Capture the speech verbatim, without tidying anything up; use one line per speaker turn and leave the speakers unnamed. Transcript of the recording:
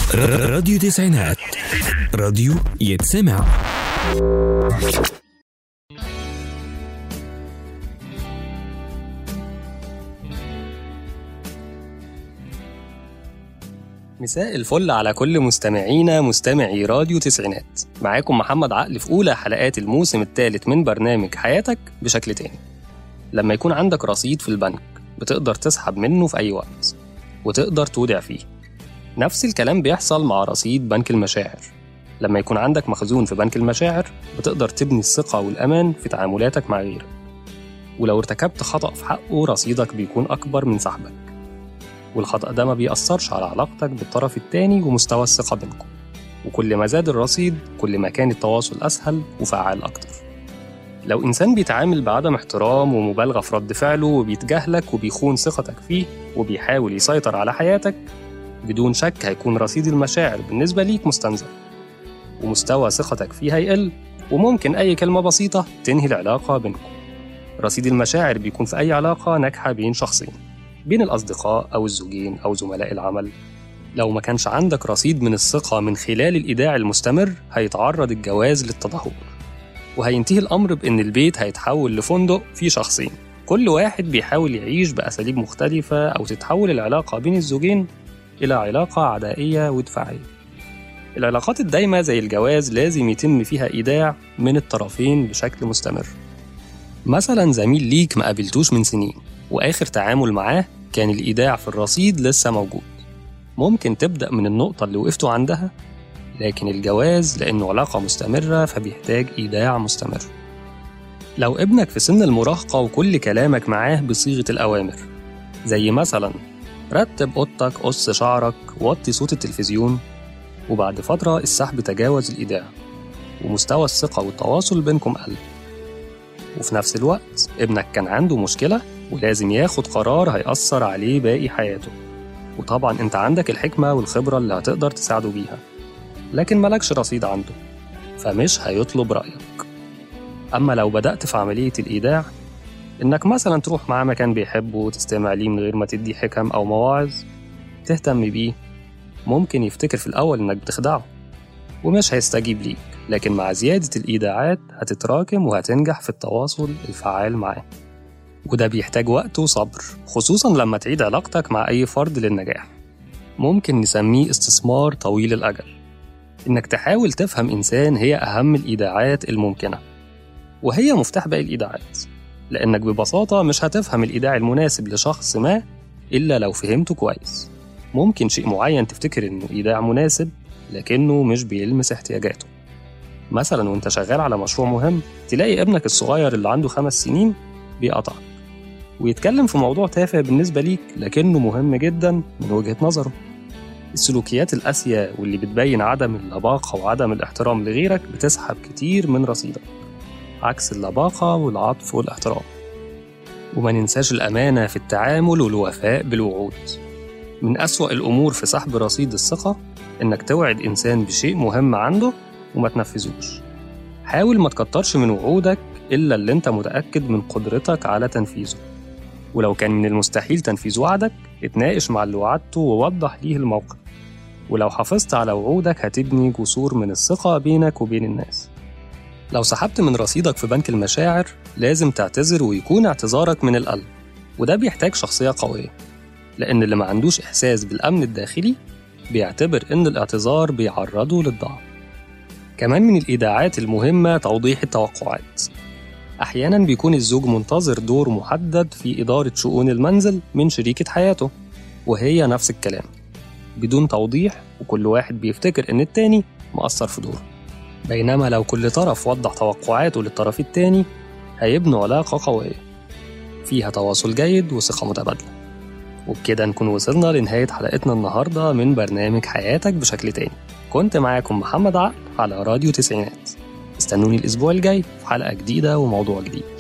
راديو تسعينات، راديو يتسمع.
مساء الفل على كل مستمعينا مستمعي راديو تسعينات. معاكم محمد عقل في أولى حلقات الموسم الثالث من برنامج حياتك بشكل تاني. لما يكون عندك رصيد في البنك بتقدر تسحب منه في أي وقت وتقدر تودع فيه. نفس الكلام بيحصل مع رصيد بنك المشاعر. لما يكون عندك مخزون في بنك المشاعر بتقدر تبني الثقة والأمان في تعاملاتك مع غيرك، ولو ارتكبت خطأ في حقه رصيدك بيكون أكبر من سحبك، والخطأ ده ما بيأثرش على علاقتك بالطرف التاني ومستوى الثقة بينكم. وكل ما زاد الرصيد كل ما كان التواصل أسهل وفعال أكتر. لو إنسان بيتعامل بعدم احترام ومبالغة في رد فعله وبيتجاهلك وبيخون ثقتك فيه وبيحاول يسيطر على حياتك، بدون شك هيكون رصيد المشاعر بالنسبة ليك مستنزف، ومستوى ثقتك فيه هيقل، وممكن أي كلمة بسيطة تنهي العلاقة بينكم. رصيد المشاعر بيكون في أي علاقة ناجحة بين شخصين، بين الأصدقاء أو الزوجين أو زملاء العمل. لو ما كانش عندك رصيد من الثقة من خلال الإيداع المستمر هيتعرض الجواز للتدهور، وهينتهي الأمر بأن البيت هيتحول لفندق فيه شخصين، كل واحد بيحاول يعيش بأساليب مختلفة، أو تتحول العلاقة بين الزوجين إلى علاقة عدائية ودفاعية. العلاقات الدايمة زي الجواز لازم يتم فيها إيداع من الطرفين بشكل مستمر. مثلا زميل ليك ما قابلتوش من سنين وآخر تعامل معاه كان الإيداع في الرصيد لسه موجود، ممكن تبدأ من النقطة اللي وقفتوا عندها، لكن الجواز لأنه علاقة مستمرة فبيحتاج إيداع مستمر. لو ابنك في سن المراهقة وكل كلامك معاه بصيغة الأوامر، زي مثلا رتب أوضتك، قص شعرك، وطي صوت التلفزيون، وبعد فترة السحب تجاوز الإيداع ومستوى الثقة والتواصل بينكم قل. وفي نفس الوقت ابنك كان عنده مشكلة ولازم ياخد قرار هيأثر عليه باقي حياته، وطبعا انت عندك الحكمة والخبرة اللي هتقدر تساعده بيها، لكن ملكش رصيد عنده فمش هيطلب رأيك. أما لو بدأت في عملية الإيداع، إنك مثلا تروح معاه مكان بيحبه وتستمع ليه من غير ما تدي حكم أو مواعظ، تهتم بيه، ممكن يفتكر في الأول إنك بتخدعه ومش هيستجيب ليك، لكن مع زيادة الإيداعات هتتراكم وهتنجح في التواصل الفعال معاه. وده بيحتاج وقت وصبر، خصوصا لما تعيد علاقتك مع أي فرد للنجاح. ممكن نسميه استثمار طويل الأجل، إنك تحاول تفهم إنسان هي أهم الإيداعات الممكنة، وهي مفتاح باقي الإيداعات، لأنك ببساطة مش هتفهم الإيداع المناسب لشخص ما إلا لو فهمته كويس. ممكن شيء معين تفتكر إنه إيداع مناسب لكنه مش بيلمس احتياجاته. مثلا وانت شغال على مشروع مهم تلاقي ابنك الصغير اللي عنده خمس سنين بيقطعك ويتكلم في موضوع تافه بالنسبة ليك لكنه مهم جدا من وجهة نظره. السلوكيات القاسية واللي بتبين عدم اللباقة وعدم الاحترام لغيرك بتسحب كتير من رصيدك، عكس اللباقة والعطف والاحترام. وما ننساش الأمانة في التعامل والوفاء بالوعود. من أسوأ الأمور في سحب رصيد الثقة إنك توعد إنسان بشيء مهم عنده وما تنفذوش. حاول ما تكترش من وعودك إلا اللي أنت متأكد من قدرتك على تنفيذه، ولو كان من المستحيل تنفيذ وعدك اتناقش مع اللي وعدته ووضح ليه الموقف. ولو حافظت على وعودك هتبني جسور من الثقة بينك وبين الناس. لو سحبت من رصيدك في بنك المشاعر لازم تعتذر ويكون اعتذارك من القلب، وده بيحتاج شخصية قوية، لأن اللي ما عندوش إحساس بالأمن الداخلي بيعتبر إن الاعتذار بيعرضه للضعف. كمان من الإيداعات المهمة توضيح التوقعات. أحياناً بيكون الزوج منتظر دور محدد في إدارة شؤون المنزل من شريكة حياته، وهي نفس الكلام بدون توضيح، وكل واحد بيفتكر إن التاني مقصر في دوره. بينما لو كل طرف وضح توقعاته للطرف التاني هيبنوا علاقة قوية فيها تواصل جيد وثقة متبادلة. وبكده نكون وصلنا لنهاية حلقتنا النهاردة من برنامج حياتك بشكل تاني. كنت معاكم محمد عقل على راديو تسعينات. استنوني الأسبوع الجاي في حلقة جديدة وموضوع جديد.